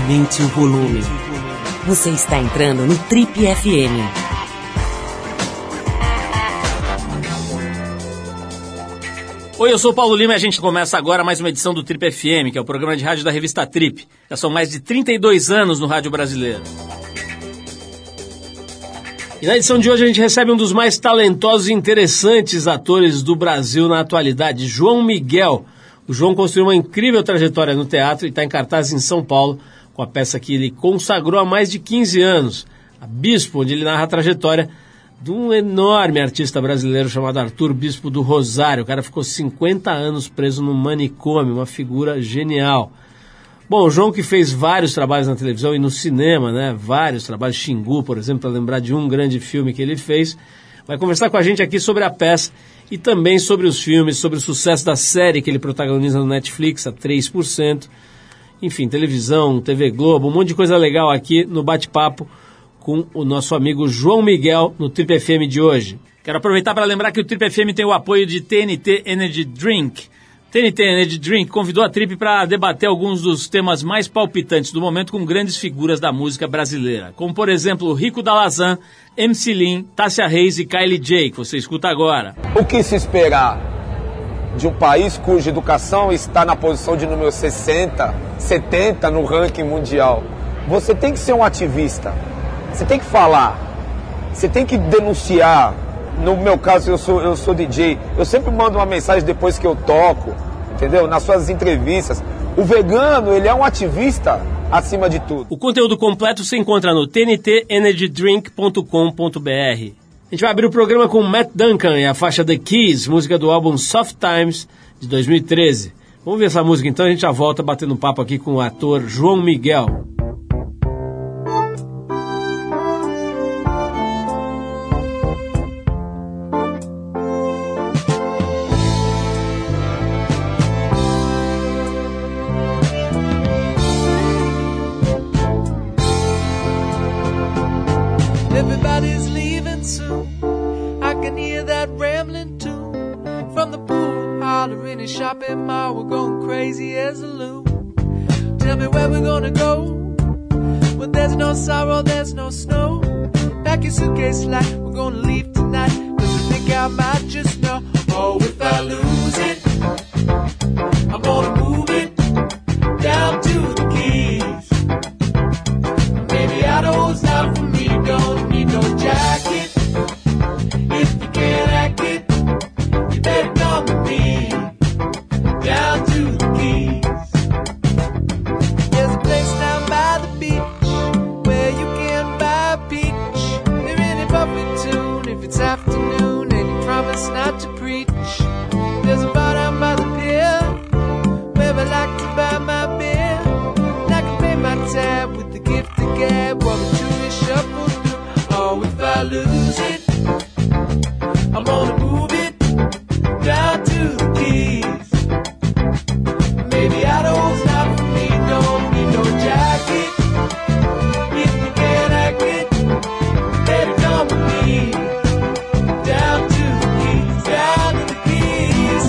Aumente o volume. Você está entrando no Trip FM. Oi, eu sou o Paulo Lima e a gente começa agora mais uma edição do Trip FM, que é o programa de rádio da revista Trip. Já são mais de 32 anos no rádio brasileiro. E na edição de hoje a gente recebe um dos mais talentosos e interessantes atores do Brasil na atualidade, João Miguel. O João construiu uma incrível trajetória no teatro e está em cartaz em São Paulo, com a peça que ele consagrou há mais de 15 anos, a Bispo, onde ele narra a trajetória de um enorme artista brasileiro chamado Arthur Bispo do Rosário. O cara ficou 50 anos preso no manicômio, uma figura genial. Bom, o João, que fez vários trabalhos na televisão e no cinema, né? Vários trabalhos, Xingu, por exemplo, para lembrar de um grande filme que ele fez, vai conversar com a gente aqui sobre a peça e também sobre os filmes, sobre o sucesso da série que ele protagoniza no Netflix, a 3%. Enfim, televisão, TV Globo, um monte de coisa legal aqui no bate-papo com o nosso amigo João Miguel no Trip FM de hoje. Quero aproveitar para lembrar que o Trip FM tem o apoio de TNT Energy Drink. TNT Energy Drink convidou a Trip para debater alguns dos temas mais palpitantes do momento com grandes figuras da música brasileira, como por exemplo Rico da Lazan, MC Lin, Tássia Reis e Kylie J, que você escuta agora. O que se esperar de um país cuja educação está na posição de número 60, 70 no ranking mundial? Você tem que ser um ativista, você tem que falar, você tem que denunciar. No meu caso, eu sou DJ, eu sempre mando uma mensagem depois que eu toco, entendeu? Nas suas entrevistas. O vegano, ele é um ativista acima de tudo. O conteúdo completo você encontra no tntenergydrink.com.br. A gente vai abrir o programa com Matt Duncan e a faixa The Keys, música do álbum Soft Times, de 2013. Vamos ver essa música então, a gente já volta batendo um papo aqui com o ator João Miguel. Everybody's leaving soon. I can hear that rambling tune from the pool, hollering and shopping mall. We're going crazy as a loon. Tell me where we're gonna go. Well, there's no sorrow, there's no snow. Pack your suitcase like we're gonna leave tonight. 'Cause I think I might just know. Oh, if I lose it, I'm gonna move it down to the Keys. Maybe Idaho's not for me, don't need no jacket. If you can't hack it, you better come with me down to the Keys. There's a place down by the beach where you can buy a peach. They're really puppet tune if it's afternoon and you promise not to preach. There's a bar down by the pier where I like to buy my beer. And I can pay my tab with the gift of gab while the tourists shuffle through. Oh, if I lose it, I'm gonna move it down to the Keys. Maybe Idaho's not for me, don't need no jacket. If you can't hack it, better come with me down to the Keys, down to the Keys.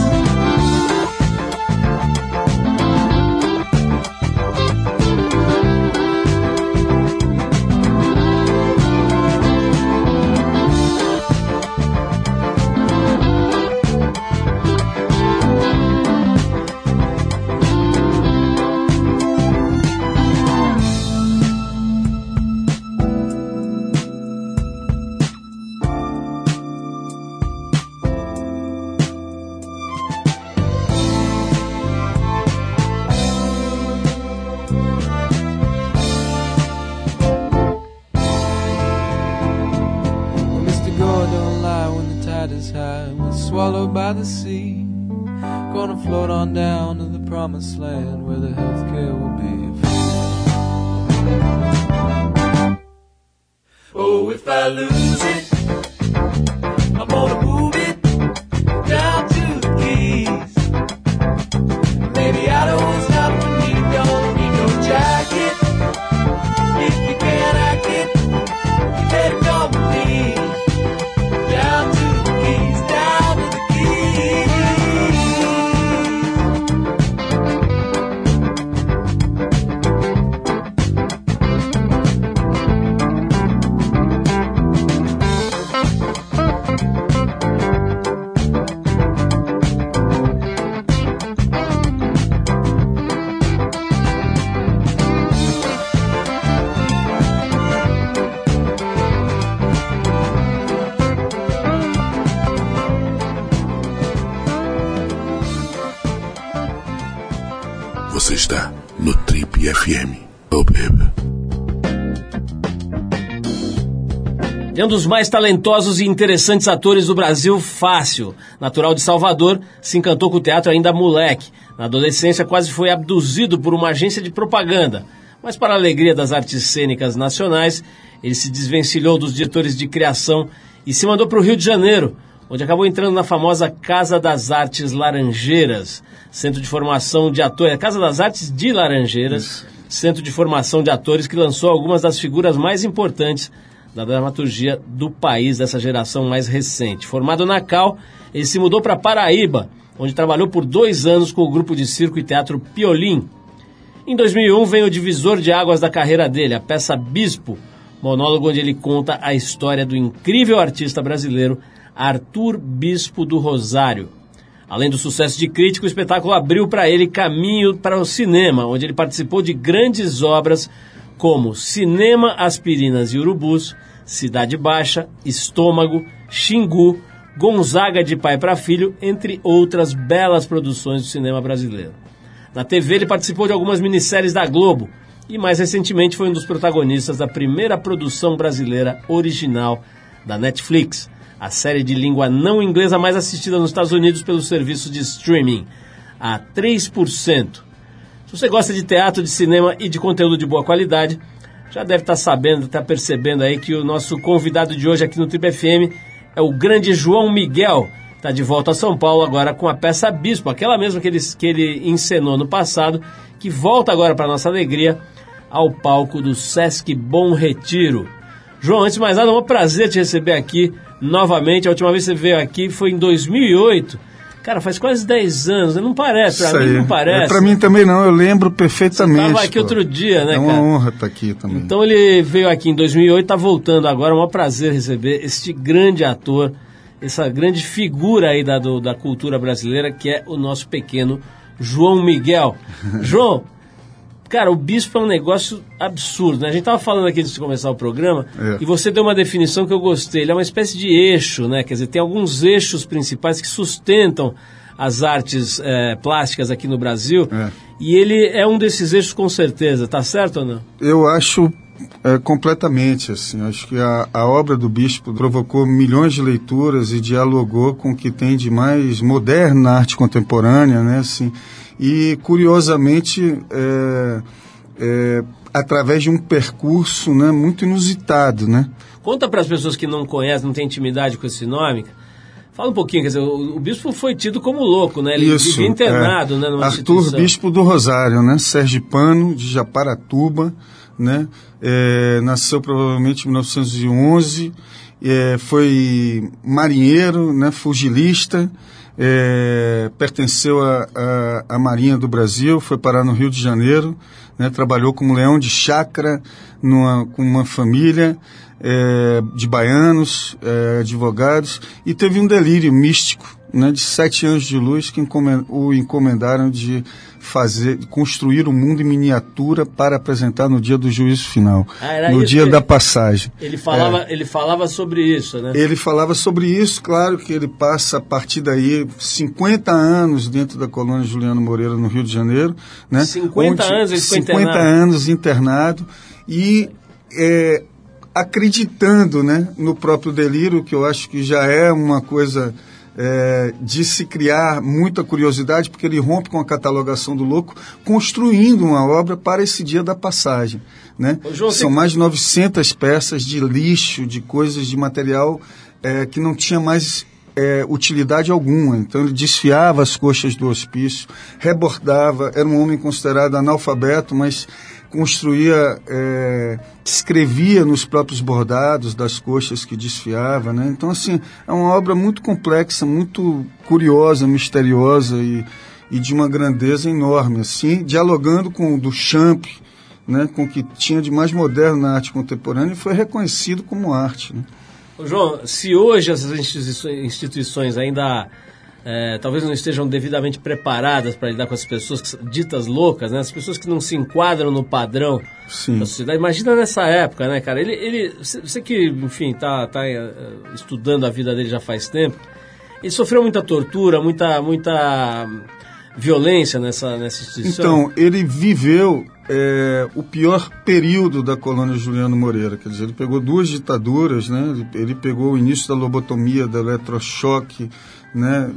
Swallowed by the sea, gonna float on down to the promised land where the healthcare will be free. Oh, if I lose it, I'm gonna move it down to the Keys. Maybe Idaho's not for me, don't need no jacket. If you can't hack it, you better come with me down to the Keys, down to the Keys. FM. Oh, baby. É um dos mais talentosos e interessantes atores do Brasil, fácil. Natural de Salvador, se encantou com o teatro ainda moleque. Na adolescência quase foi abduzido por uma agência de propaganda. Mas para a alegria das artes cênicas nacionais, ele se desvencilhou dos diretores de criação e se mandou para o Rio de Janeiro, onde acabou entrando na famosa Casa das Artes Laranjeiras, centro de formação de atores, Casa das Artes de Laranjeiras, centro de formação de atores que lançou algumas das figuras mais importantes da dramaturgia do país dessa geração mais recente. Formado na Cal, ele se mudou para Paraíba, onde trabalhou por 2 anos com o grupo de circo e teatro Piolim. Em 2001 vem o divisor de águas da carreira dele, a peça Bispo, monólogo onde ele conta a história do incrível artista brasileiro Arthur Bispo do Rosário. Além do sucesso de crítico, o espetáculo abriu para ele caminho para o cinema, onde ele participou de grandes obras como Cinema, Aspirinas e Urubus, Cidade Baixa, Estômago, Xingu, Gonzaga de Pai para Filho, entre outras belas produções do cinema brasileiro. Na TV ele participou de algumas minisséries da Globo e mais recentemente foi um dos protagonistas da primeira produção brasileira original da Netflix, a série de língua não inglesa mais assistida nos Estados Unidos pelo serviço de streaming, a 3%. Se você gosta de teatro, de cinema e de conteúdo de boa qualidade, já deve estar sabendo, está percebendo aí que o nosso convidado de hoje aqui no Trip FM é o grande João Miguel. Está de volta a São Paulo agora com a peça Bispo, aquela mesma que ele encenou no passado, que volta agora para nossa alegria ao palco do Sesc Bom Retiro. João, antes de mais nada, é um prazer te receber aqui novamente. A última vez que você veio aqui foi em 2008. Cara, faz quase 10 anos, né? Não parece, pra mim não parece. Pra mim também não, eu lembro perfeitamente. Você estava aqui outro dia, né, cara? É uma honra estar aqui também. Então ele veio aqui em 2008, está voltando agora, é um prazer receber este grande ator, essa grande figura aí da cultura brasileira, que é o nosso pequeno João Miguel. João, cara, o Bispo é um negócio absurdo, né? A gente estava falando aqui antes de começar o programa, e você deu uma definição que eu gostei. Ele é uma espécie de eixo, né? Quer dizer, tem alguns eixos principais que sustentam as artes plásticas aqui no Brasil, e ele é um desses eixos com certeza, tá certo ou não? Eu acho completamente, assim, acho que a obra do Bispo provocou milhões de leituras e dialogou com o que tem de mais moderno na arte contemporânea, né, assim, e curiosamente através de um percurso, né, muito inusitado, né. Conta para as pessoas que não conhecem, não têm intimidade com esse nome, fala um pouquinho, quer dizer, o Bispo foi tido como louco, né, ele vivia internado, né, numa instituição. Arthur Bispo do Rosário, né, sergipano de Japaratuba, né, nasceu provavelmente em 1911, foi marinheiro, né, fugilista, pertenceu à Marinha do Brasil, foi parar no Rio de Janeiro, né, trabalhou como leão de chácara com uma família de baianos, advogados, e teve um delírio místico, né, de 7 anos de luz que o encomendaram de construir o mundo em miniatura para apresentar no dia do juízo final, no dia da passagem. Ele falava sobre isso, né? Ele falava sobre isso, claro que ele passa a partir daí 50 anos dentro da colônia Juliano Moreira no Rio de Janeiro, né? 50 anos ele ficou 50 internado. anos internado e acreditando, né, no próprio delírio, que eu acho que já é uma coisa de se criar muita curiosidade, porque ele rompe com a catalogação do louco, construindo uma obra para esse dia da passagem, né? João, são mais de 900 peças de lixo, de coisas, de material que não tinha mais utilidade alguma. Então ele desfiava as coxas do hospício, rebordava, era um homem considerado analfabeto, mas construía, escrevia nos próprios bordados das coxas que desfiava, né? Então, assim, é uma obra muito complexa, muito curiosa, misteriosa e de uma grandeza enorme, assim, dialogando com o Duchamp, né, com o que tinha de mais moderno na arte contemporânea e foi reconhecido como arte, né? João, se hoje essas instituições ainda talvez não estejam devidamente preparadas para lidar com as pessoas ditas loucas, né? As pessoas que não se enquadram no padrão Sim. da sociedade. Imagina nessa época, né, cara? Você que, enfim, tá estudando a vida dele já faz tempo, ele sofreu muita tortura, muita violência nessa instituição? Então, ele viveu o pior período da colônia Juliano Moreira. Quer dizer, ele pegou 2 ditaduras, né? Ele pegou o início da lobotomia, da eletrochoque, né?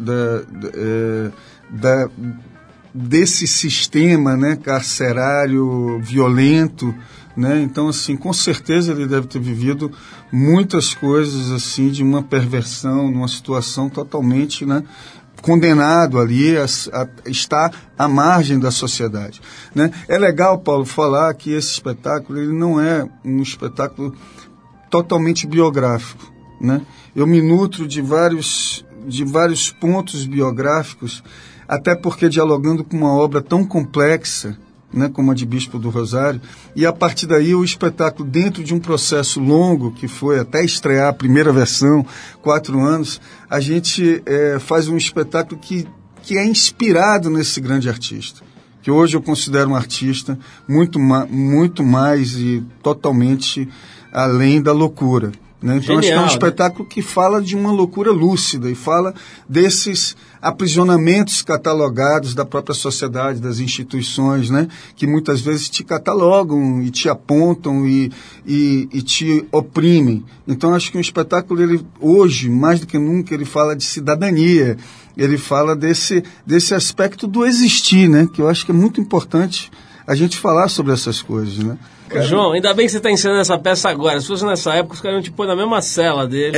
Desse sistema, né? Carcerário violento, né? Então, assim, com certeza ele deve ter vivido muitas coisas assim, de uma perversão, numa situação totalmente, né? Condenado ali a estar à margem da sociedade, né? É legal, Paulo, falar que esse espetáculo ele não é um espetáculo totalmente biográfico, né? Eu me nutro de vários pontos biográficos, até porque dialogando com uma obra tão complexa, né, como a de Bispo do Rosário, e a partir daí o espetáculo, dentro de um processo longo, que foi até estrear a primeira versão, 4 anos, a gente faz um espetáculo que é inspirado nesse grande artista, que hoje eu considero um artista muito mais e totalmente além da loucura, né? Então, Genial, acho que é um né? espetáculo que fala de uma loucura lúcida e fala desses aprisionamentos catalogados da própria sociedade, das instituições, né? Que muitas vezes te catalogam e te apontam e te oprimem. Então, acho que um espetáculo, ele, hoje, mais do que nunca, ele fala de cidadania, ele fala desse aspecto do existir, né? Que eu acho que é muito importante a gente falar sobre essas coisas, né? João, ainda bem que você está ensinando essa peça agora. Se fosse nessa época, os caras iam te pôr na mesma cela dele.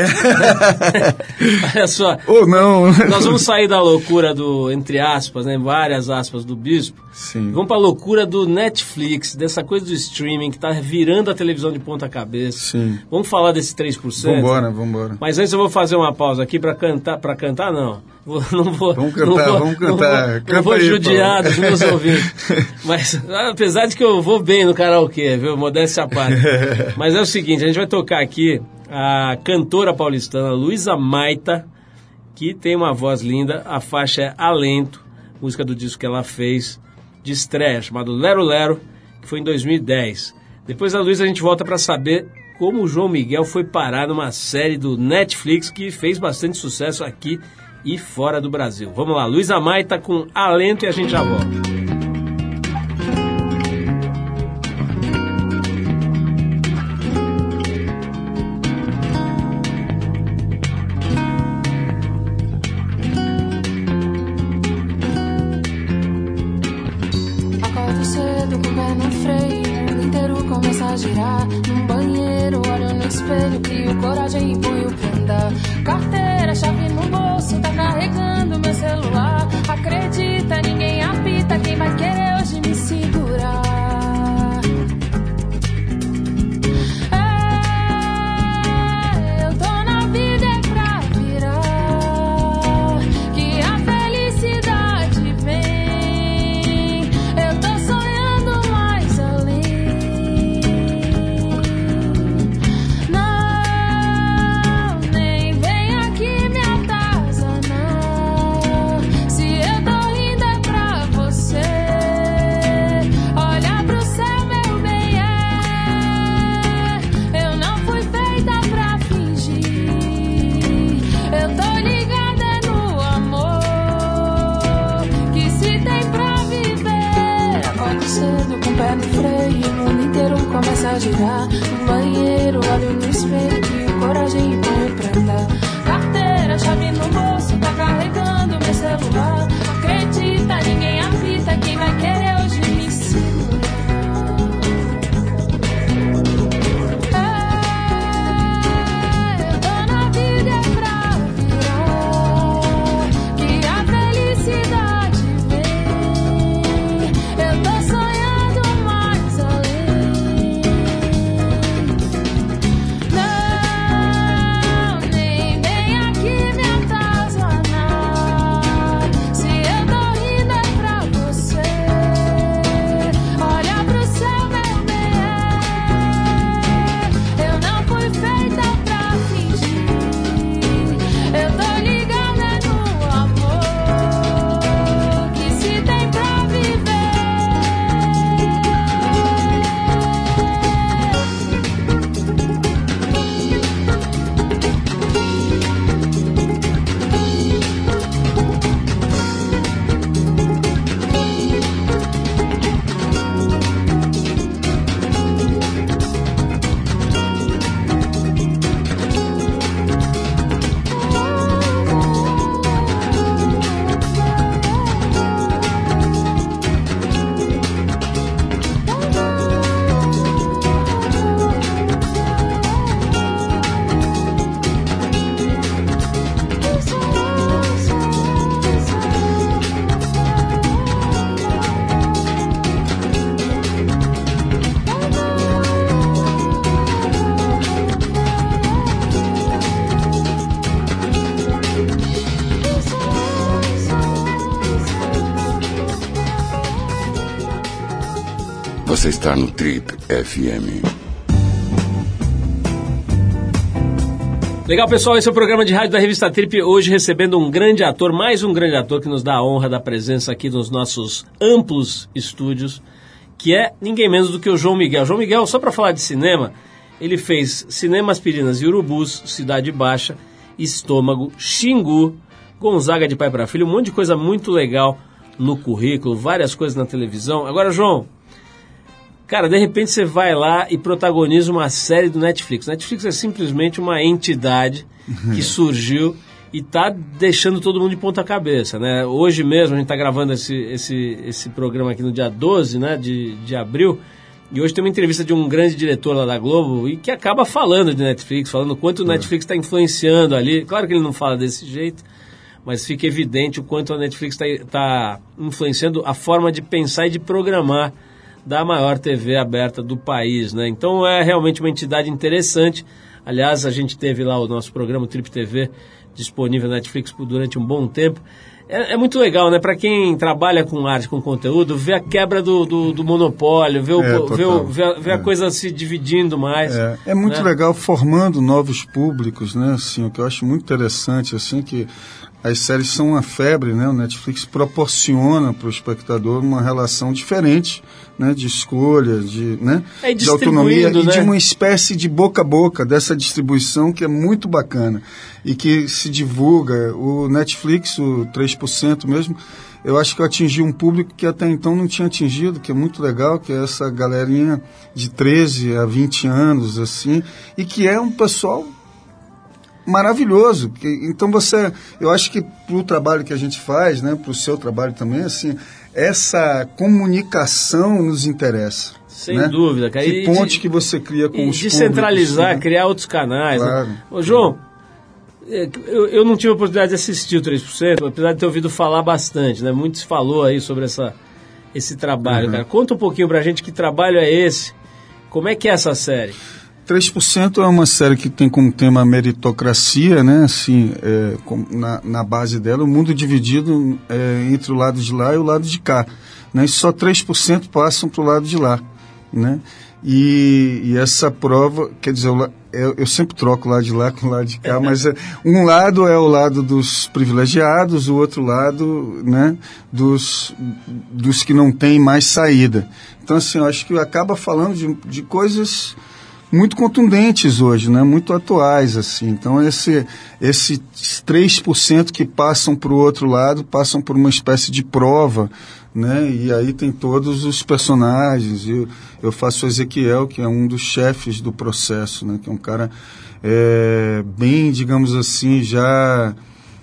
Olha só. Ou não. Nós vamos sair da loucura do, entre aspas, né, várias aspas, do Bispo. Sim. Vamos para a loucura do Netflix, dessa coisa do streaming que está virando a televisão de ponta cabeça. Sim. Vamos falar desse 3%? Vambora. Mas antes eu vou fazer uma pausa aqui para cantar não. Não vou cantar. Não vou judiar dos meus ouvintes. Mas, apesar de que eu vou bem no karaokê, viu? Modéstia à parte. Mas é o seguinte, a gente vai tocar aqui a cantora paulistana Luísa Maita, que tem uma voz linda. A faixa é Alento, música do disco que ela fez de estreia, chamado Lero Lero, que foi em 2010. Depois da Luísa a gente volta para saber como o João Miguel foi parar numa série do Netflix que fez bastante sucesso aqui e fora do Brasil. Vamos lá, Luísa Maita com Alento e a gente já volta. Acordo cedo com o pé no freio, o mundo inteiro começa a girar. Num banheiro, olho no espelho, crio coragem e ponho pra andar. Carteira, chave no bolso, tá carregando meu celular. Acredita, ninguém apita, quem vai querer hoje me segurar? Eu tô na vida é pra virar, que a felicidade vem. Eu tô sonhando mais além. Não, nem vem aqui me atazanar. Se eu tô linda é pra você. Olha pro céu, meu bem, eu não fui feita pra fingir. Eu tô ligada no amor que se tem pra viver. Acordo cedo com o pé no freio, o mundo inteiro começa a girar. No banheiro, olho no espelho, crio coragem e ponho pra andar. Carteira, chave no bolso, tá carregando meu celular. Acredita, ninguém apita, quem vai querer hoje me segurar? Eu tô na vida é pra virar, que a felicidade vem. Eu tô sonhando mais além. Não, Você está no Trip FM. Legal, pessoal, esse é o programa de rádio da revista Trip, hoje recebendo um grande ator, mais um grande ator que nos dá a honra da presença aqui nos nossos amplos estúdios, que é ninguém menos do que o João Miguel. João Miguel, só para falar de cinema, ele fez Cinema, Aspirinas e Urubus, Cidade Baixa, Estômago, Xingu, Gonzaga de Pai para Filho, um monte de coisa muito legal no currículo, várias coisas na televisão. Agora, João, cara, de repente você vai lá e protagoniza uma série do Netflix. Netflix é simplesmente uma entidade que surgiu e está deixando todo mundo de ponta cabeça, né? Hoje mesmo a gente está gravando esse programa aqui no dia 12, né, de abril, e hoje tem uma entrevista de um grande diretor lá da Globo e que acaba falando de Netflix, falando o quanto o Netflix está influenciando ali. Claro que ele não fala desse jeito, mas fica evidente o quanto a Netflix está influenciando a forma de pensar e de programar da maior TV aberta do país, né? Então é realmente uma entidade interessante. Aliás, a gente teve lá o nosso programa, o Trip TV, disponível na Netflix durante um bom tempo. É muito legal, né? Para quem trabalha com arte, com conteúdo, ver a quebra do monopólio, ver a coisa se dividindo mais. É muito legal, formando novos públicos, né? Assim, o que eu acho muito interessante, assim, que as séries são uma febre, né? O Netflix proporciona para o espectador uma relação diferente, né? De escolha, de autonomia, né? E de uma espécie de boca a boca dessa distribuição que é muito bacana e que se divulga. O Netflix, o 3% mesmo, eu acho que eu atingi um público que até então não tinha atingido, que é muito legal, que é essa galerinha de 13 a 20 anos, assim, e que é um pessoal maravilhoso. Então eu acho que para o trabalho que a gente faz, né, para o seu trabalho também, assim, essa comunicação nos interessa. Sem dúvida, cara. Que ponte que você cria com os descentralizar, públicos, né? Criar outros canais. Claro. Né? Ô, João, eu não tive a oportunidade de assistir o 3%, apesar de ter ouvido falar bastante, né? Muito se falou aí sobre esse trabalho, cara. Conta um pouquinho pra gente que trabalho é esse, como é que é essa série? 3% é uma série que tem como tema a meritocracia, né? Assim, na base dela, o mundo dividido entre o lado de lá e o lado de cá, né? E só 3% passam para o lado de lá, né? E essa prova, quer dizer, eu sempre troco o lado de lá com o lado de cá, mas um lado é o lado dos privilegiados, o outro lado, né, dos que não têm mais saída. Então, assim, eu acho que acaba falando de coisas muito contundentes hoje, né? Muito atuais, assim. Então, esses 3% que passam para o outro lado, passam por uma espécie de prova, né? E aí tem todos os personagens. Eu faço o Ezequiel, que é um dos chefes do processo, né? Que é um cara bem, digamos assim, já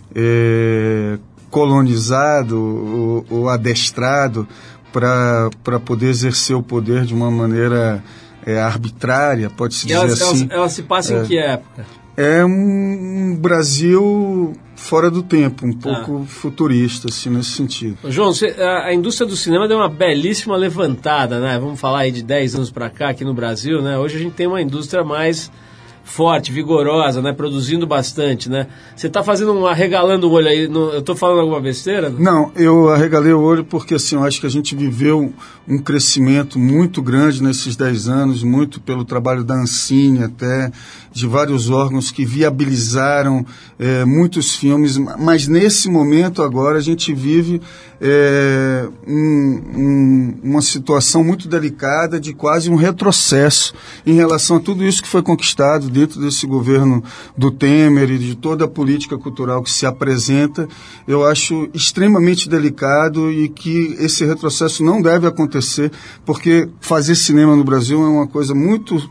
colonizado ou adestrado para poder exercer o poder de uma maneira arbitrária, pode-se dizer assim. Ela se passa em que época? É um Brasil fora do tempo, um pouco futurista, assim, nesse sentido. João, a indústria do cinema deu uma belíssima levantada, né? Vamos falar aí de 10 anos para cá aqui no Brasil, né? Hoje a gente tem uma indústria mais forte, vigorosa, né? Produzindo bastante, né? Você está arregalando o olho aí, eu estou falando alguma besteira? Não, eu arregalei o olho porque, assim, eu acho que a gente viveu um crescimento muito grande nesses 10 anos, muito pelo trabalho da Ancine até, de vários órgãos que viabilizaram muitos filmes, mas nesse momento agora a gente vive uma situação muito delicada de quase um retrocesso em relação a tudo isso que foi conquistado dentro desse governo do Temer e de toda a política cultural que se apresenta. Eu acho extremamente delicado e que esse retrocesso não deve acontecer, porque fazer cinema no Brasil é uma coisa muito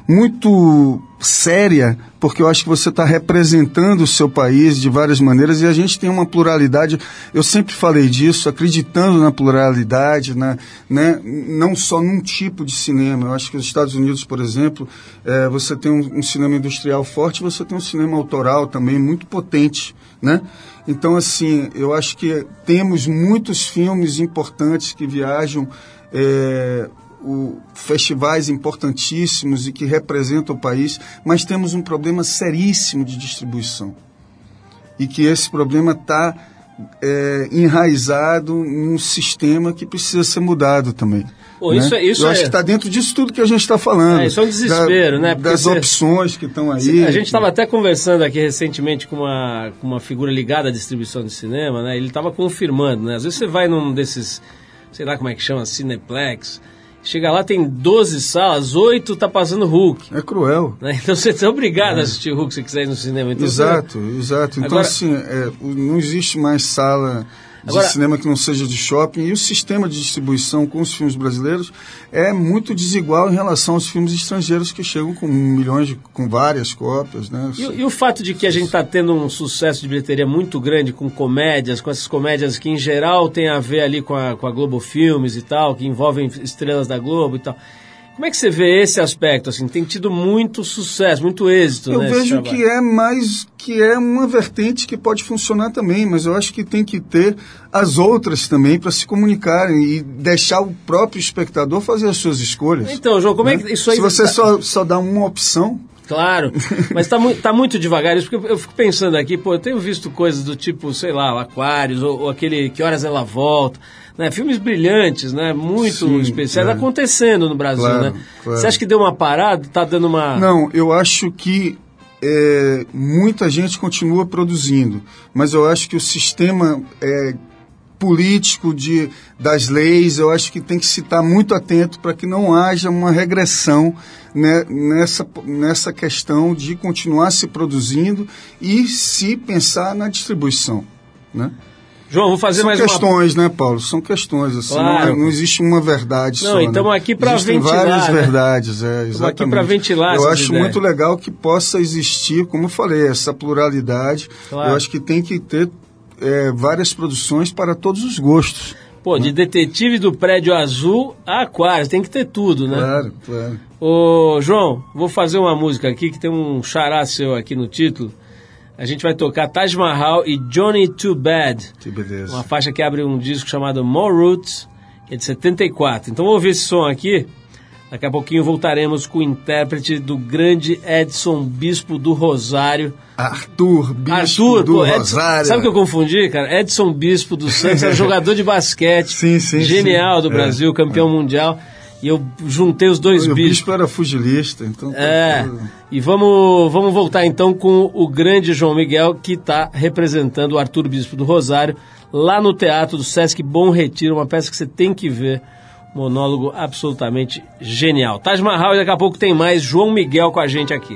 séria, porque eu acho que você está representando o seu país de várias maneiras e a gente tem uma pluralidade. Eu sempre falei disso, acreditando na pluralidade, né, não só num tipo de cinema. Eu acho que os Estados Unidos, por exemplo, você tem um cinema industrial forte, você tem um cinema autoral também muito potente, né? Então, assim, eu acho que temos muitos filmes importantes que viajam festivais importantíssimos e que representam o país, mas temos um problema seríssimo de distribuição. E que esse problema está enraizado num sistema que precisa ser mudado também. Pô, né? Isso Eu acho que está dentro disso tudo que a gente está falando. Isso é um desespero, né? Porque das opções que estão aí. A gente estava até conversando aqui recentemente com uma figura ligada à distribuição de cinema, né? Ele estava confirmando, né? Às vezes você vai num desses, sei lá como é que chama, Cineplex, chega lá, tem 12 salas, 8 tá passando Hulk. É cruel. Né? Então você é obrigado a assistir Hulk se quiser ir no cinema. Então, exato. Então, agora, assim, não existe mais sala de cinema que não seja de shopping, e o sistema de distribuição com os filmes brasileiros é muito desigual em relação aos filmes estrangeiros que chegam com milhões, com várias cópias, né? E o fato de que a gente está tendo um sucesso de bilheteria muito grande com comédias, com essas comédias que em geral tem a ver ali com a Globo Filmes e tal, que envolvem estrelas da Globo e tal. Como é que você vê esse aspecto? Assim, tem tido muito sucesso, muito êxito. Eu vejo que é uma vertente que pode funcionar também, mas eu acho que tem que ter as outras também para se comunicarem e deixar o próprio espectador fazer as suas escolhas. Então, João, como é que isso aí... Se você só dá uma opção... Claro, mas tá muito devagar isso, porque eu fico pensando aqui, pô, eu tenho visto coisas do tipo, sei lá, o Aquários, ou aquele Que Horas Ela Volta, né? Filmes brilhantes, né? Muito especiais acontecendo no Brasil, né? Claro. Você acha que deu uma parada? Tá dando uma... Não, eu acho que muita gente continua produzindo, mas eu acho que o sistema político das leis, eu acho que tem que se estar muito atento para que não haja uma regressão, né, nessa questão de continuar se produzindo e se pensar na distribuição, né? João, vou fazer mais questões, né, Paulo? São questões, assim, claro. Não existe uma verdade só. Não, estamos aqui para ventilar. Existem várias verdades, exatamente. Estamos aqui para ventilar Eu acho ideias. muito legal que possa existir, como eu falei, essa pluralidade. Claro. Eu acho que tem que ter várias produções para todos os gostos. Pô, de Detetive do Prédio Azul a Aquários, tem que ter tudo, né? Claro. Ô, João, vou fazer uma música aqui que tem um xará seu aqui no título. A gente vai tocar Taj Mahal e Johnny Too Bad. Que beleza. Uma faixa que abre um disco chamado More Roots, que é de 74. Então vamos ouvir esse som aqui. Daqui a pouquinho voltaremos com o intérprete do grande Edson Bispo do Rosário. Arthur Bispo do Rosário. Sabe o que eu confundi, cara? Edson Bispo do Santos era jogador de basquete. Sim, genial do Brasil, campeão mundial. E eu juntei os dois bispos. O bispo era fugilista, então... E vamos voltar então com o grande João Miguel, que está representando o Arthur Bispo do Rosário, lá no Teatro do Sesc Bom Retiro, uma peça que você tem que ver, monólogo absolutamente genial. Taj Mahal, e daqui a pouco tem mais João Miguel com a gente aqui.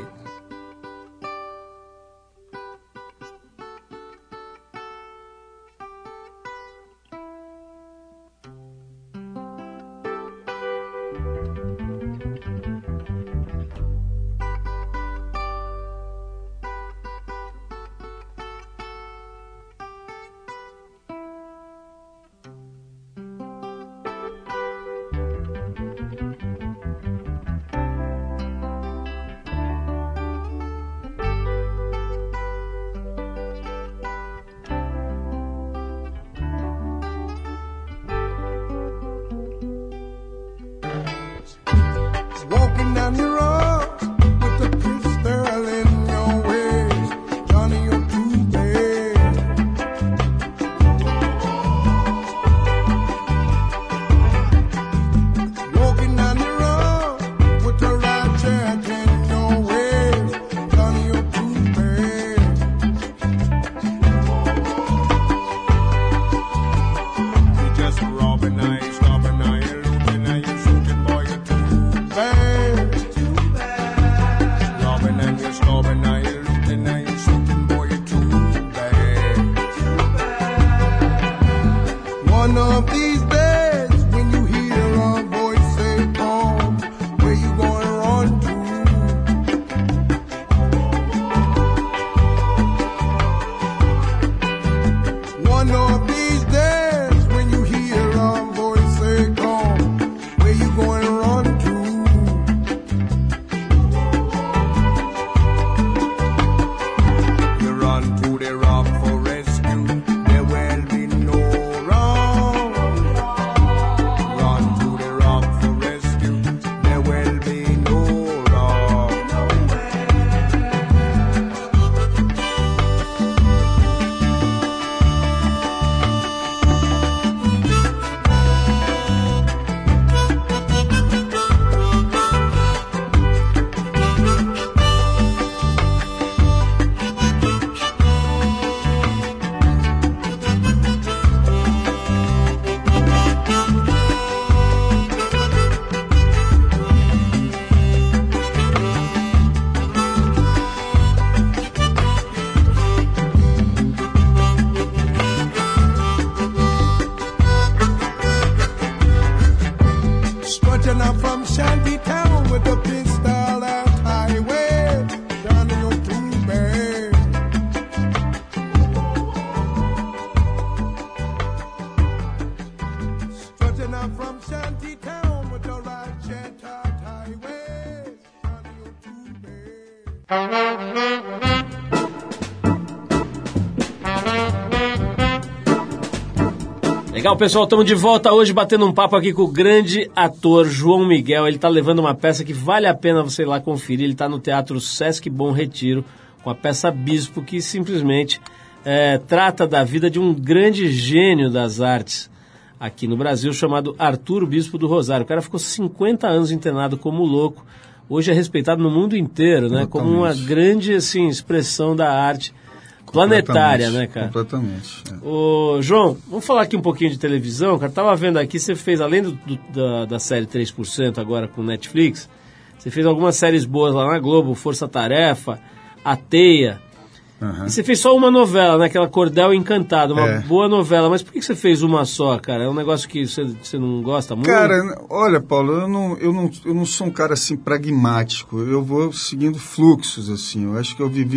Legal, pessoal, estamos de volta hoje batendo um papo aqui com o grande ator João Miguel. Ele está levando uma peça que vale a pena você ir lá conferir. Ele está no Teatro Sesc Bom Retiro com a peça Bispo, que simplesmente trata da vida de um grande gênio das artes aqui no Brasil, chamado Arthur Bispo do Rosário. O cara ficou 50 anos internado como louco. Hoje é respeitado no mundo inteiro, né? Como uma grande assim, expressão da arte planetária, né, cara? Completamente. Ô, João, vamos falar aqui um pouquinho de televisão, cara. Tava vendo aqui, você fez, além da série 3% agora com Netflix, você fez algumas séries boas lá na Globo, Força Tarefa, A Teia. E você fez só uma novela, né? Aquela Cordel Encantado, uma boa novela. Mas por que você fez uma só, cara? É um negócio que você não gosta muito? Cara, olha, Paulo, eu não sou um cara assim pragmático. Eu vou seguindo fluxos, assim. Eu acho que eu vivi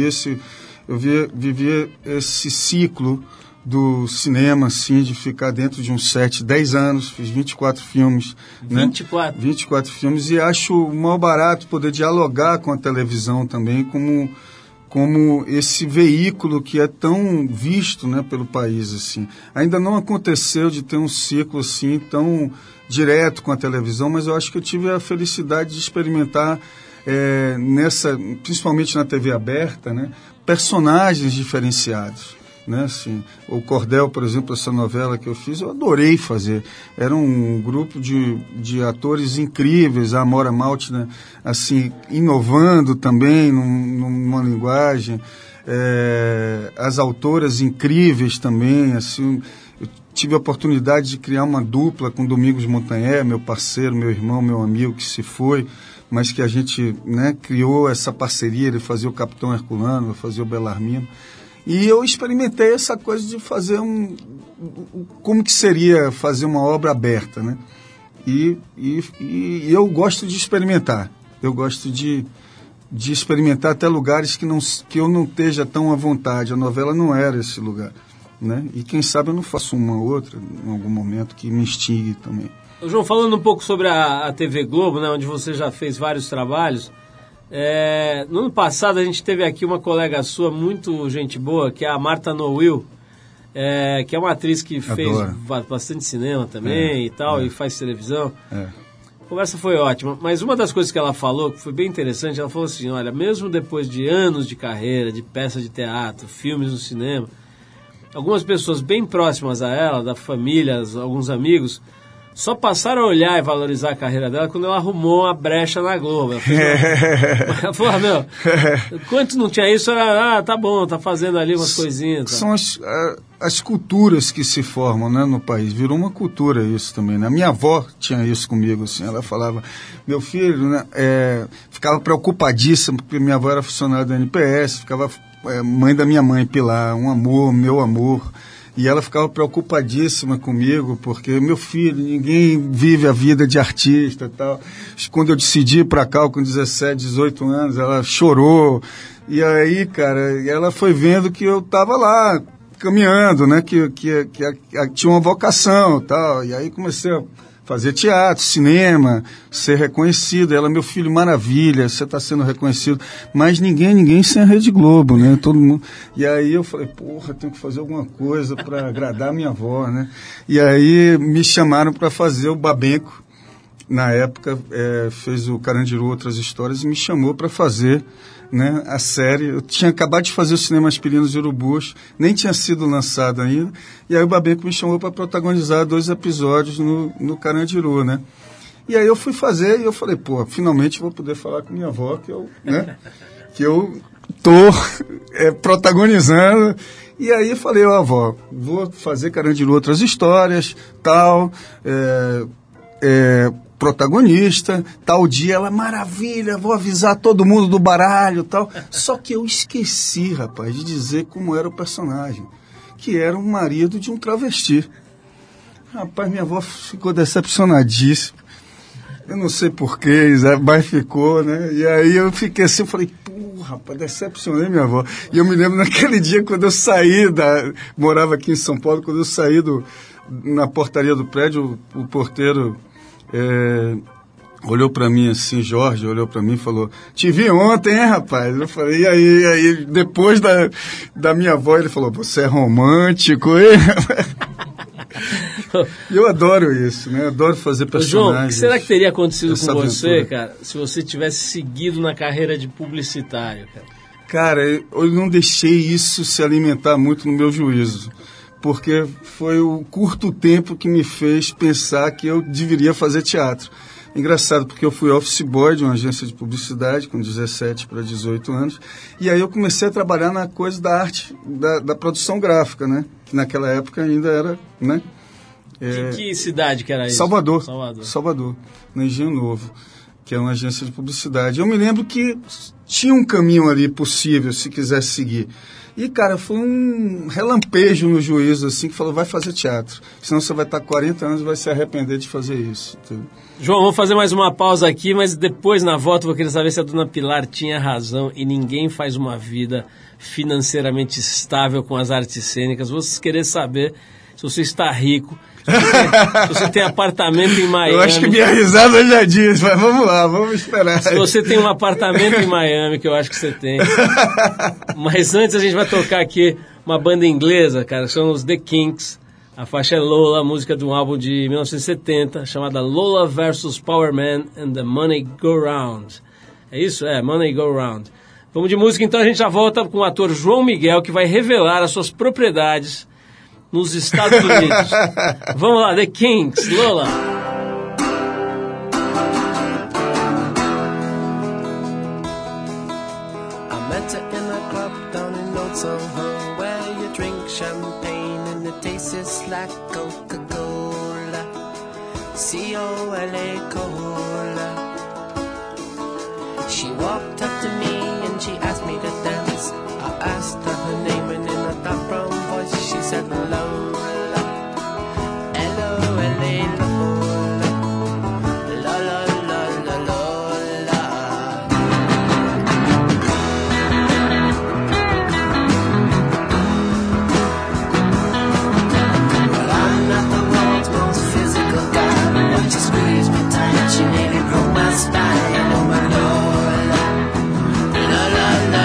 esse ciclo do cinema, assim, de ficar dentro de um set 10 anos, fiz 24 filmes. 24? Né? 24 filmes, e acho o maior barato poder dialogar com a televisão também, como esse veículo que é tão visto, né, pelo país, assim. Ainda não aconteceu de ter um ciclo assim tão direto com a televisão, mas eu acho que eu tive a felicidade de experimentar principalmente na TV aberta, né, personagens diferenciados, né, assim, o Cordel, por exemplo, essa novela que eu fiz, eu adorei fazer. Era um grupo de atores incríveis, a Amora Malte, né, assim, inovando também numa linguagem, as autoras incríveis também, assim. Eu tive a oportunidade de criar uma dupla com Domingos Montanher, meu parceiro, meu irmão, meu amigo que se foi, mas que a gente, né, criou essa parceria. Ele fazia o Capitão Herculano, eu fazia o Belarmino. E eu experimentei essa coisa de fazer como que seria fazer uma obra aberta, né? E eu gosto de experimentar. Eu gosto de experimentar até lugares que eu não esteja tão à vontade. A novela não era esse lugar, né? E quem sabe eu não faço uma outra em algum momento que me instigue também. João, falando um pouco sobre a TV Globo, né, onde você já fez vários trabalhos, no ano passado a gente teve aqui uma colega sua, muito gente boa, que é a Marta Nowil, que é uma atriz que fez bastante cinema também e tal, e faz televisão. A conversa foi ótima, mas uma das coisas que ela falou, que foi bem interessante, ela falou assim, olha, mesmo depois de anos de carreira, de peça de teatro, filmes no cinema, algumas pessoas bem próximas a ela, da família, alguns amigos, só passaram a olhar e valorizar a carreira dela quando ela arrumou uma brecha na Globo. Ela falou, meu, quanto não tinha isso, era, tá bom, tá fazendo ali umas coisinhas. Tá. São as culturas que se formam, né, no país. Virou uma cultura isso também, né? Minha avó tinha isso comigo, assim. Ela falava, meu filho, né, ficava preocupadíssima, porque minha avó era funcionária da NPS, ficava mãe da minha mãe, Pilar, um amor, meu amor. E ela ficava preocupadíssima comigo, porque, meu filho, ninguém vive a vida de artista e tal. Quando eu decidi ir para cá, com 17, 18 anos, ela chorou. E aí, cara, ela foi vendo que eu estava lá, caminhando, né, que tinha uma vocação e tal. E aí comecei a fazer teatro, cinema, ser reconhecido. Ela, meu filho, maravilha, você está sendo reconhecido. Mas ninguém sem a Rede Globo, né? Todo mundo. E aí eu falei, porra, tenho que fazer alguma coisa para agradar a minha avó, né? E aí me chamaram para fazer o Babenco. Na época, fez o Carandiru Outras Histórias e me chamou para fazer, né, a série. Eu tinha acabado de fazer o Cinema Aspirinos e Urubus, nem tinha sido lançado ainda, e aí o Babenco me chamou para protagonizar 2 episódios no Carandiru, né? E aí eu fui fazer e eu falei, pô, finalmente vou poder falar com minha avó que eu tô protagonizando. E aí eu falei, ó, avó, vou fazer Carandiru Outras Histórias, tal, protagonista, tal dia, ela, maravilha, vou avisar todo mundo do baralho, tal. Só que eu esqueci, rapaz, de dizer como era o personagem, que era o marido de um travesti. Rapaz, minha avó ficou decepcionadíssima. Eu não sei porquê, mas ficou, né? E aí eu fiquei assim, eu falei, pô, rapaz, decepcionei minha avó. E eu me lembro naquele dia, quando eu saí morava aqui em São Paulo, quando eu saí na portaria do prédio, o porteiro olhou para mim assim, Jorge olhou para mim e falou, te vi ontem, hein, rapaz? Eu falei, e aí depois da minha avó, ele falou, você é romântico, hein? Eu adoro isso, né? Adoro fazer personagens. João, o que será que teria acontecido com aventura. você, cara, se você tivesse seguido na carreira de publicitário, cara? Cara, eu não deixei isso se alimentar muito no meu juízo, porque foi o curto tempo que me fez pensar que eu deveria fazer teatro. Engraçado, porque eu fui office boy de uma agência de publicidade com 17 para 18 anos, e aí eu comecei a trabalhar na coisa da arte, da produção gráfica, né? Que naquela época ainda era, né? Que cidade que era isso? Salvador, no Engenho Novo, que é uma agência de publicidade. Eu me lembro que tinha um caminho ali possível, se quisesse seguir. E, cara, foi um relampejo no juízo, assim, que falou, vai fazer teatro. Senão você vai estar 40 anos e vai se arrepender de fazer isso. Entendeu? João, vamos fazer mais uma pausa aqui, mas depois, na volta, eu vou querer saber se a dona Pilar tinha razão e ninguém faz uma vida financeiramente estável com as artes cênicas. Vou querer saber se você está rico, se você tem apartamento em Miami. Eu acho que minha risada já diz, mas vamos lá, vamos esperar. Se você tem um apartamento em Miami, que eu acho que você tem. Mas antes a gente vai tocar aqui uma banda inglesa, cara, são os The Kinks. A faixa é Lola, a música de um álbum de 1970, chamada Lola vs. Power Man and the Money Go Round. É isso? É, Money Go Round. Vamos de música, então a gente já volta com o ator João Miguel, que vai revelar as suas propriedades nos Estados Unidos. Vamos lá, The Kinks, Lola. I met her in a club down in Old Soho, where you drink champagne and it tastes like Coca-Cola, C-O-L-A Cola. She walked up to me and she asked me to dance. I asked her her name and in a dark brown voice she said Lola, L-O-L-A Lola, Lola, Lola, Lola. Well, I'm not the world's most physical guy, but she squeezed me tight, she nearly broke my spine. Oh my Lola, Lola, Lola.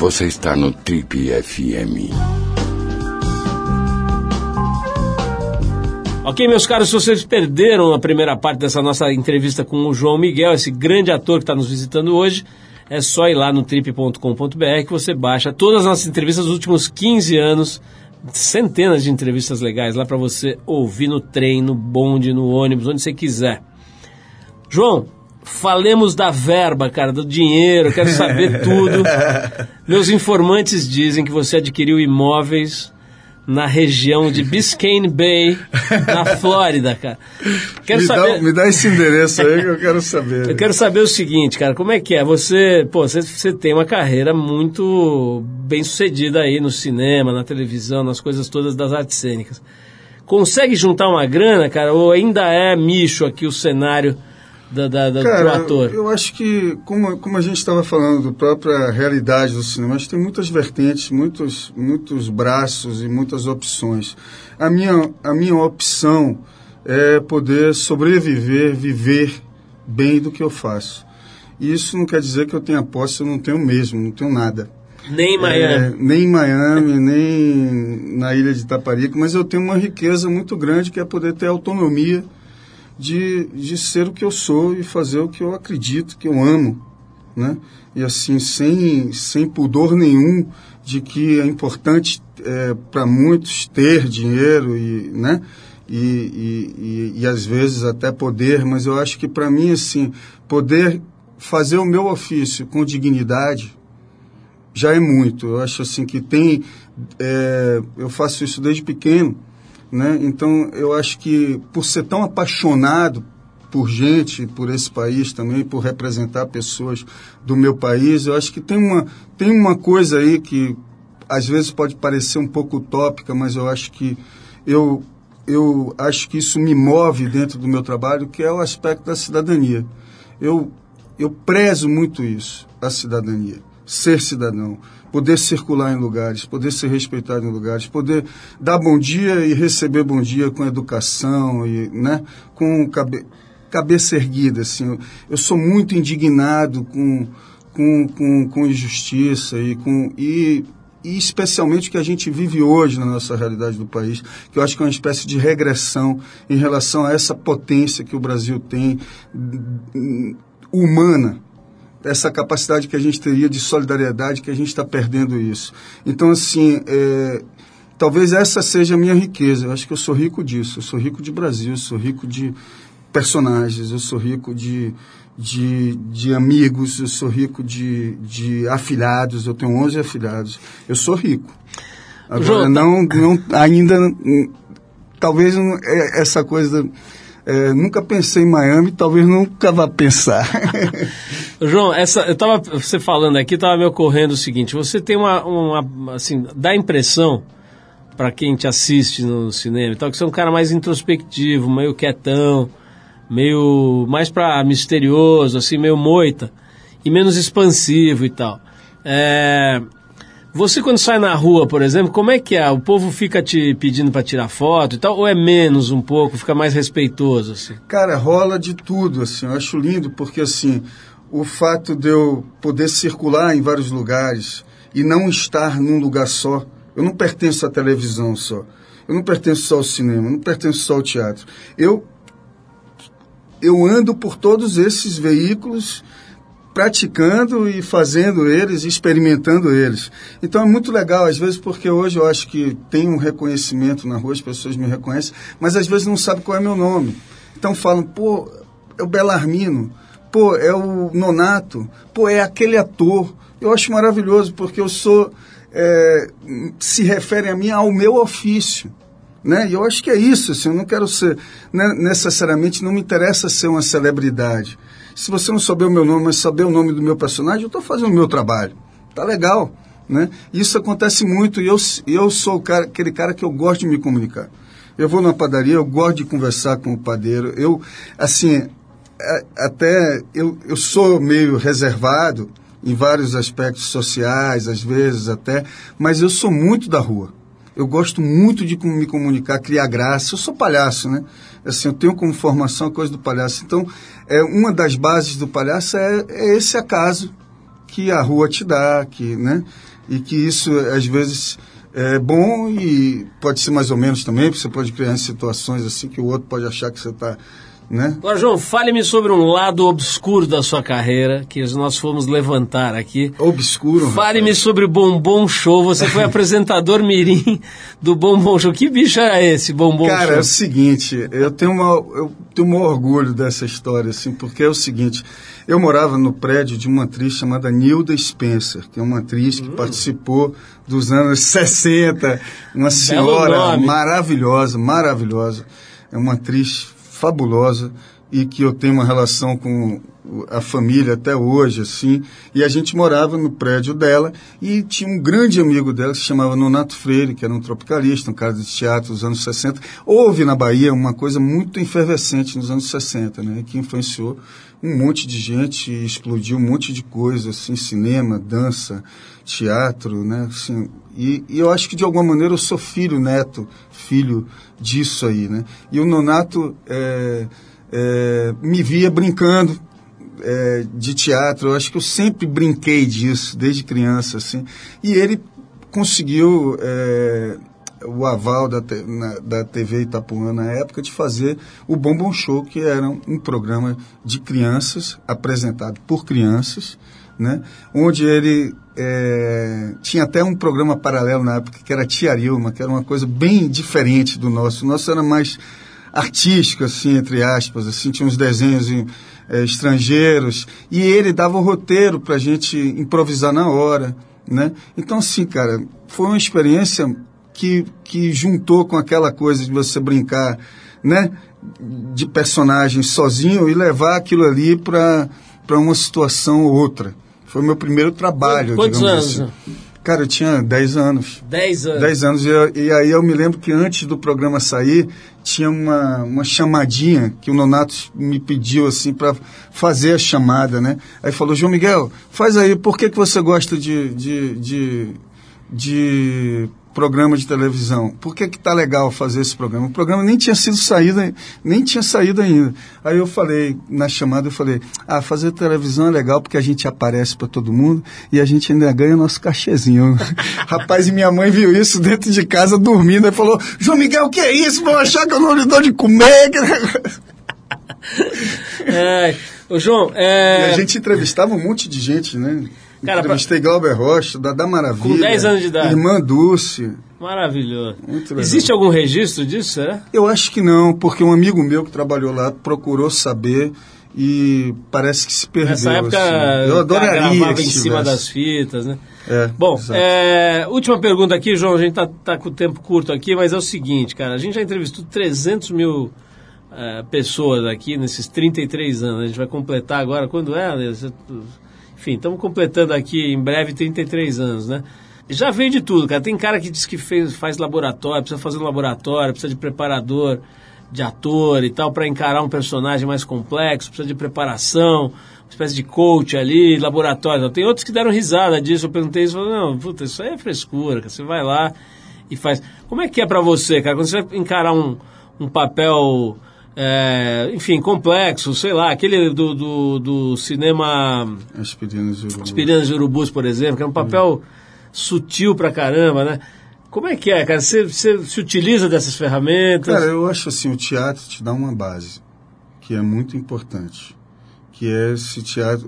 Você está no Trip FM. Ok, meus caros, se vocês perderam a primeira parte dessa nossa entrevista com o João Miguel, esse grande ator que está nos visitando hoje, é só ir lá no trip.com.br que você baixa todas as nossas entrevistas dos últimos 15 anos, centenas de entrevistas legais lá para você ouvir no trem, no bonde, no ônibus, onde você quiser. João, falemos da verba, cara, do dinheiro, quero saber tudo. Meus informantes dizem que você adquiriu imóveis na região de Biscayne Bay, na Flórida, cara. Me dá esse endereço aí que eu quero saber. Eu quero saber o seguinte, cara, como é que é? Você tem uma carreira muito bem sucedida aí no cinema, na televisão, nas coisas todas das artes cênicas. Consegue juntar uma grana, cara, ou ainda é micho aqui o cenário do ator? Eu acho que, como a gente estava falando da própria realidade do cinema, a gente tem muitas vertentes, muitos braços e muitas opções. A minha opção é poder sobreviver, viver bem do que eu faço. E isso não quer dizer que eu tenha posse, eu não tenho mesmo, não tenho nada. Nem em Miami. Nem em Miami, nem na ilha de Itaparica, mas eu tenho uma riqueza muito grande que é poder ter autonomia de ser o que eu sou e fazer o que eu acredito, que eu amo, né? E assim, sem pudor nenhum de que é importante para muitos ter dinheiro e, né? E às vezes até poder, mas eu acho que para mim, assim, poder fazer o meu ofício com dignidade já é muito. Eu acho assim que eu faço isso desde pequeno, né? Então, eu acho que por ser tão apaixonado por gente, por esse país também, por representar pessoas do meu país, eu acho que tem uma coisa aí que às vezes pode parecer um pouco utópica, mas eu acho que eu acho que isso me move dentro do meu trabalho, que é o aspecto da cidadania. Eu prezo muito isso, a cidadania. Ser cidadão, poder circular em lugares, poder ser respeitado em lugares, poder dar bom dia e receber bom dia com educação e, né, com cabeça erguida, assim. Eu sou muito indignado com injustiça e especialmente o que a gente vive hoje na nossa realidade do país, que eu acho que é uma espécie de regressão em relação a essa potência que o Brasil tem humana, essa capacidade que a gente teria de solidariedade, que a gente está perdendo isso. Então, assim, talvez essa seja a minha riqueza. Eu acho que eu sou rico disso. Eu sou rico de Brasil, eu sou rico de personagens, eu sou rico de amigos, eu sou rico de afilhados. Eu tenho 11 afilhados. Eu sou rico. Agora, talvez essa coisa... nunca pensei em Miami, talvez nunca vá pensar. João, você falando aqui, estava me ocorrendo o seguinte: você tem assim, dá a impressão, para quem te assiste no cinema e tal, que você é um cara mais introspectivo, meio quietão, meio mais para misterioso, assim, meio moita, e menos expansivo e tal. Você, quando sai na rua, por exemplo, como é que é? O povo fica te pedindo para tirar foto e tal, ou é menos um pouco, fica mais respeitoso, assim? Cara, rola de tudo, assim. Eu acho lindo porque, assim, o fato de eu poder circular em vários lugares e não estar num lugar só, eu não pertenço à televisão só, eu não pertenço só ao cinema, eu não pertenço só ao teatro. Eu ando por todos esses veículos, praticando e fazendo eles, experimentando eles. Então é muito legal, às vezes, porque hoje eu acho que tem um reconhecimento na rua, as pessoas me reconhecem, mas às vezes não sabem qual é meu nome. Então falam, pô, é o Belarmino, pô, é o Nonato, pô, é aquele ator. Eu acho maravilhoso, porque eu sou, se refere a mim ao meu ofício, né? E eu acho que é isso, assim, eu não quero ser, né, necessariamente, não me interessa ser uma celebridade. Se você não souber o meu nome, mas saber o nome do meu personagem, eu estou fazendo o meu trabalho. Tá legal, né? Isso acontece muito e eu sou aquele cara que eu gosto de me comunicar. Eu vou numa padaria, eu gosto de conversar com o padeiro. Eu, assim, eu sou meio reservado em vários aspectos sociais, às vezes até, mas eu sou muito da rua. Eu gosto muito de me comunicar, criar graça. Eu sou palhaço, né? Assim, eu tenho como formação a coisa do palhaço. Então, uma das bases do palhaço é esse acaso que a rua te dá, que, né? E que isso, às vezes, é bom e pode ser mais ou menos também, porque você pode criar em situações assim que o outro pode achar que você está... Né? Agora, João, fale-me sobre um lado obscuro da sua carreira, que nós fomos levantar aqui. Obscuro? Fale-me sobre o Bombom Show. Você foi apresentador mirim do Bombom Show. Que bicho era esse, Bombom Show? Cara, é o seguinte, eu tenho um orgulho dessa história, assim, porque é o seguinte, eu morava no prédio de uma atriz chamada Nilda Spencer, que é uma atriz que participou dos anos 60, uma senhora maravilhosa, é uma atriz fabulosa e que eu tenho uma relação com a família até hoje, assim, e a gente morava no prédio dela e tinha um grande amigo dela que se chamava Nonato Freire, que era um tropicalista, um cara de teatro dos anos 60. Houve na Bahia uma coisa muito efervescente nos anos 60, né, que influenciou um monte de gente e explodiu um monte de coisa, assim, cinema, dança, teatro, né, assim, e eu acho que de alguma maneira eu sou filho disso aí, né, e o Nonato me via brincando de teatro. Eu acho que eu sempre brinquei disso desde criança, assim, e ele conseguiu o aval da TV Itapuã na época de fazer o Bombom Show, que era um programa de crianças, apresentado por crianças, né? Onde ele tinha até um programa paralelo na época, que era Tia Arilma, que era uma coisa bem diferente do nosso. O nosso era mais artístico, assim, entre aspas, assim, tinha uns desenhos estrangeiros, e ele dava o roteiro para a gente improvisar na hora, né? Então, assim, cara, foi uma experiência que juntou com aquela coisa de você brincar, né, de personagem sozinho e levar aquilo ali para uma situação ou outra. Foi o meu primeiro trabalho, Quantos digamos anos? assim. Cara, eu tinha 10 anos. 10 anos? 10 anos. E aí eu me lembro que antes do programa sair, tinha uma chamadinha que o Nonato me pediu, assim, para fazer a chamada, né? Aí falou, João Miguel, faz aí, por que você gosta de programa de televisão? Por que tá legal fazer esse programa? O programa nem tinha saído ainda. Aí eu falei, na chamada, fazer televisão é legal porque a gente aparece para todo mundo e a gente ainda ganha nosso cachezinho. Rapaz, e minha mãe viu isso dentro de casa dormindo e falou, João Miguel, o que é isso? Vão achar que eu não lhe dou de comer. Ô João, E a gente entrevistava um monte de gente, né? Cara, entrevistei Glauber Rocha, Dada Maravilha. Com 10 anos de idade. Irmã Dulce. Maravilhoso. Muito legal. Existe algum registro disso, será? Eu acho que não, porque um amigo meu que trabalhou lá procurou saber e parece que se perdeu. Nessa época, assim. Eu adoraria gravava em cima das fitas, né? Bom, exato. Última pergunta aqui, João, a gente tá com o tempo curto aqui, mas é o seguinte, cara, a gente já entrevistou 300 mil pessoas aqui nesses 33 anos, a gente vai completar agora, quando é? Enfim, estamos completando aqui em breve 33 anos, né? Já veio de tudo, cara. Tem cara que diz que faz laboratório, precisa fazer um laboratório, precisa de preparador, de ator e tal, para encarar um personagem mais complexo, precisa de preparação, uma espécie de coach ali, laboratório. Tem outros que deram risada disso, eu perguntei isso, falaram, não, puta, isso aí é frescura, cara. Você vai lá e faz. Como é que é para você, cara, quando você vai encarar um papel... enfim, complexo, sei lá, aquele do cinema Aspirinas e Urubus, por exemplo, que é um papel sutil pra caramba, né? Como é que é, cara? Você se utiliza dessas ferramentas? Cara, eu acho assim, o teatro te dá uma base que é muito importante, que é esse teatro,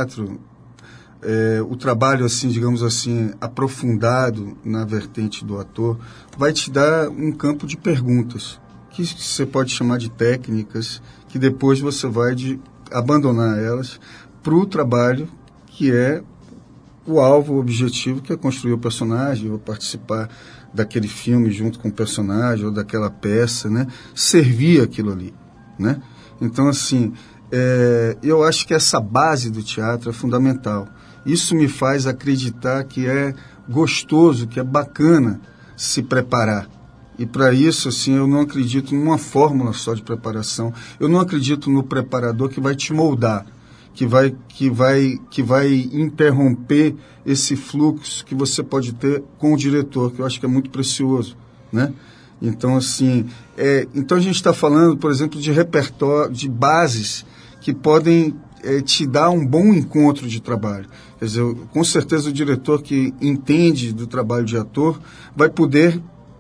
o trabalho, assim, digamos assim, aprofundado na vertente do ator, vai te dar um campo de perguntas, que você pode chamar de técnicas, que depois você vai abandonar elas para o trabalho que é o alvo, o objetivo, que é construir o personagem, ou participar daquele filme junto com o personagem, ou daquela peça, né? Servir aquilo ali, né? Então, assim, eu acho que essa base do teatro é fundamental. Isso me faz acreditar que é gostoso, que é bacana se preparar. E para isso, assim, eu não acredito numa fórmula só de preparação. Eu não acredito no preparador que vai te moldar, que vai interromper esse fluxo que você pode ter com o diretor, que eu acho que é muito precioso, né? Então, assim, então a gente está falando, por exemplo, de repertório, de bases que podem te dá um bom encontro de trabalho. Quer dizer, com certeza o diretor que entende do trabalho de ator vai poder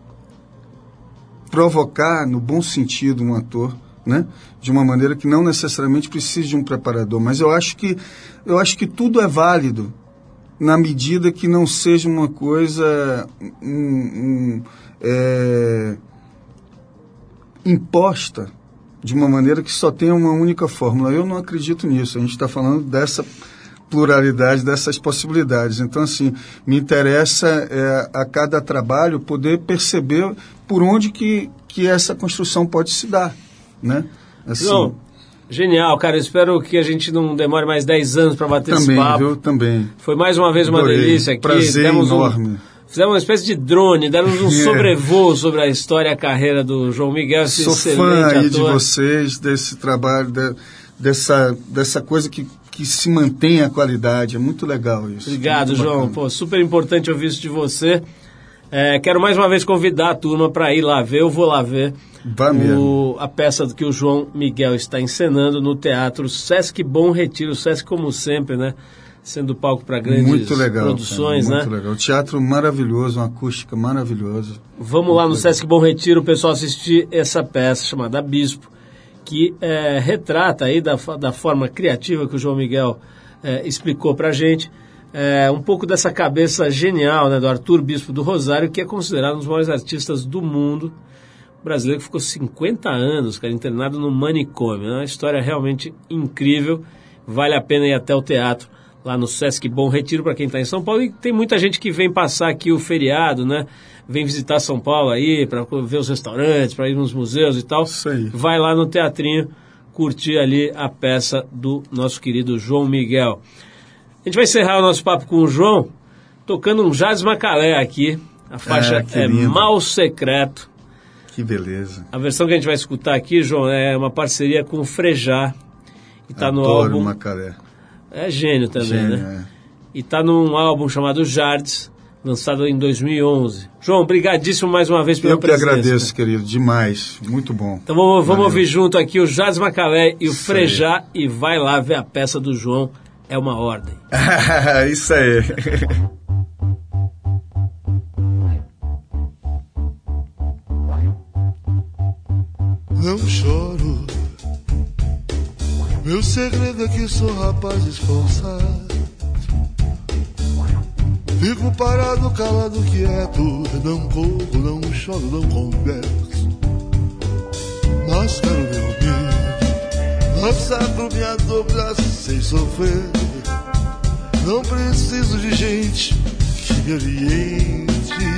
provocar, no bom sentido, um ator, né? De uma maneira que não necessariamente precise de um preparador. Mas eu acho que tudo é válido na medida que não seja uma coisa imposta de uma maneira que só tenha uma única fórmula. Eu não acredito nisso. A gente está falando dessa pluralidade, dessas possibilidades. Então, assim, me interessa a cada trabalho poder perceber por onde que essa construção pode se dar, né? Assim, João, genial, cara. Eu espero que a gente não demore mais 10 anos para bater esse papo. Viu? Também. Foi mais uma vez uma delícia aqui. Prazer enorme. Fizemos uma espécie de drone, demos um sobrevoo sobre a história e a carreira do João Miguel, esse Sou excelente fã aí ator. de vocês, desse trabalho, dessa coisa que se mantém a qualidade. É muito legal isso. Obrigado, muito João. bacana. Pô, super importante ouvir isso de você. Quero mais uma vez convidar a turma para ir lá ver. Eu vou lá ver a peça que o João Miguel está encenando no Teatro Sesc Bom Retiro. Sesc, como sempre, né? Sendo palco para grandes muito legal, produções, cara, né? Muito legal. Teatro maravilhoso, uma acústica maravilhosa. Vamos lá no Sesc Bom Retiro, o pessoal assistir essa peça chamada Bispo, que retrata aí da forma criativa que o João Miguel explicou para a gente, um pouco dessa cabeça genial, né, do Arthur Bispo do Rosário, que é considerado um dos maiores artistas do mundo, brasileiro que ficou 50 anos, cara, internado no manicômio. É uma história realmente incrível, vale a pena ir até o teatro, lá no Sesc Bom Retiro, para quem está em São Paulo. E tem muita gente que vem passar aqui o feriado, né? Vem visitar São Paulo aí, para ver os restaurantes, para ir nos museus e tal. Isso aí. Vai lá no teatrinho, curtir ali a peça do nosso querido João Miguel. A gente vai encerrar o nosso papo com o João, tocando um Jazz Macalé aqui. A faixa é Mal Secreto. Que beleza. A versão que a gente vai escutar aqui, João, é uma parceria com o Frejá. E tá no Adoro álbum... Macalé. É gênio também, Gênio, né? E tá num álbum chamado Jardes, lançado em 2011. João, brigadíssimo mais uma vez pela presença. Eu que agradeço, querido, demais. Muito bom. Então vamos ouvir junto aqui o Jardes Macalé e o Frejá, e vai lá ver a peça do João, É Uma Ordem. Isso aí. Não choro, meu segredo é que sou rapaz esforçado. Fico parado, calado, quieto. Não corro, não choro, não converso. Mascaro meu medo, massacro minha dor, já sei sofrer. Não preciso de gente que me oriente.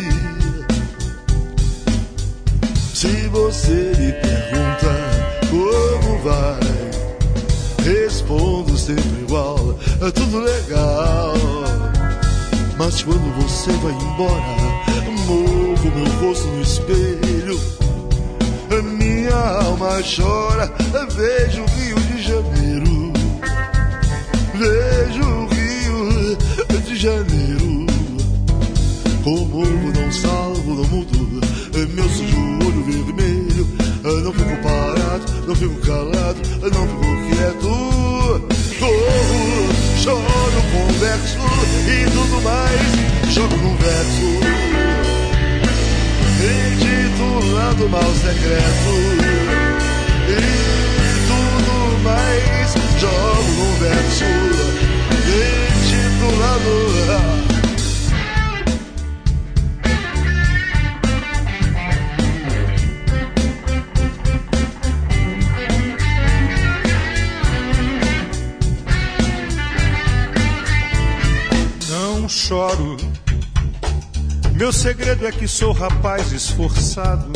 Se você me pergunta como vai, respondo sempre igual, é tudo legal. Mas quando você vai embora, movo meu rosto no espelho, minha alma chora, vejo o Rio de Janeiro, vejo o Rio de Janeiro. Comovo, não salvo, não mudo, meu sujo olho vermelho. Não fico parado, não fico calado, não fico quieto. Corro, choro, converso e tudo mais, jogo num verso intitulado Mal Secreto. E tudo mais, jogo num verso intitulado... Não choro, meu segredo é que sou rapaz esforçado.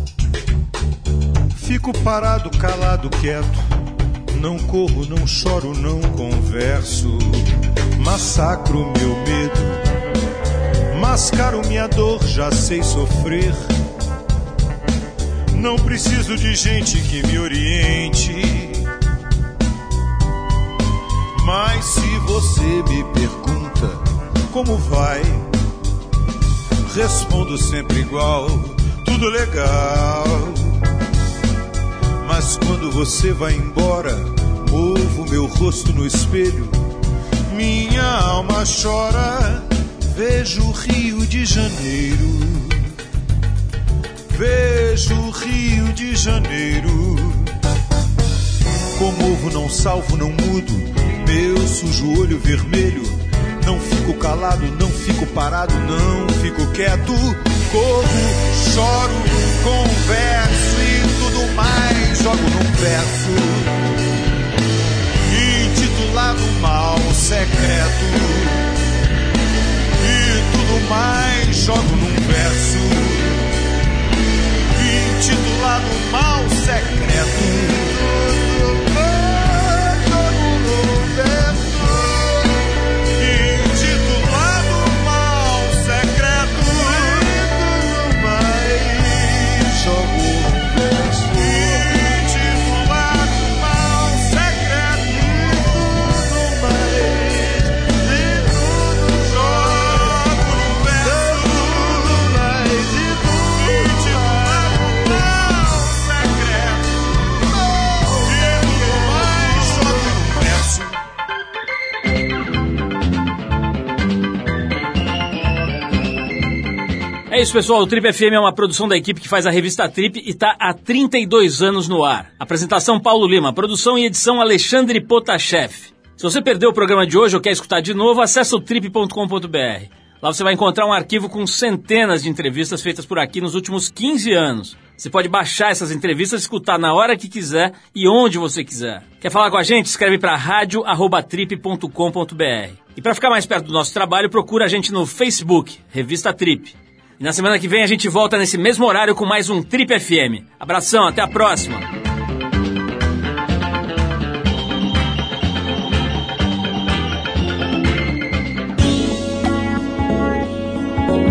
Fico parado, calado, quieto. Não corro, não choro, não converso. Massacro meu medo, mascaro minha dor, já sei sofrer. Não preciso de gente que me oriente. Mas se você me pergunta como vai, respondo sempre igual, tudo legal. Mas quando você vai embora, movo meu rosto no espelho, minha alma chora. Vejo o Rio de Janeiro, vejo o Rio de Janeiro. Comovo, não salvo, não mudo, meu sujo olho vermelho. Não fico calado, não fico parado, não fico quieto. Corro, choro, converso e tudo mais jogo num verso intitulado Mal Secreto. E tudo mais jogo num verso intitulado Mal Secreto. É isso, pessoal. O Trip FM é uma produção da equipe que faz a revista Trip e está há 32 anos no ar. Apresentação Paulo Lima, produção e edição Alexandre Potashev. Se você perdeu o programa de hoje ou quer escutar de novo, acesse o trip.com.br. Lá você vai encontrar um arquivo com centenas de entrevistas feitas por aqui nos últimos 15 anos. Você pode baixar essas entrevistas e escutar na hora que quiser e onde você quiser. Quer falar com a gente? Escreve para radio@trip.com.br. E para ficar mais perto do nosso trabalho, procura a gente no Facebook, Revista Trip. E na semana que vem a gente volta nesse mesmo horário com mais um Trip FM. Abração, até a próxima!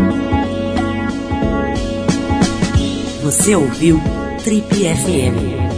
Você ouviu Trip FM.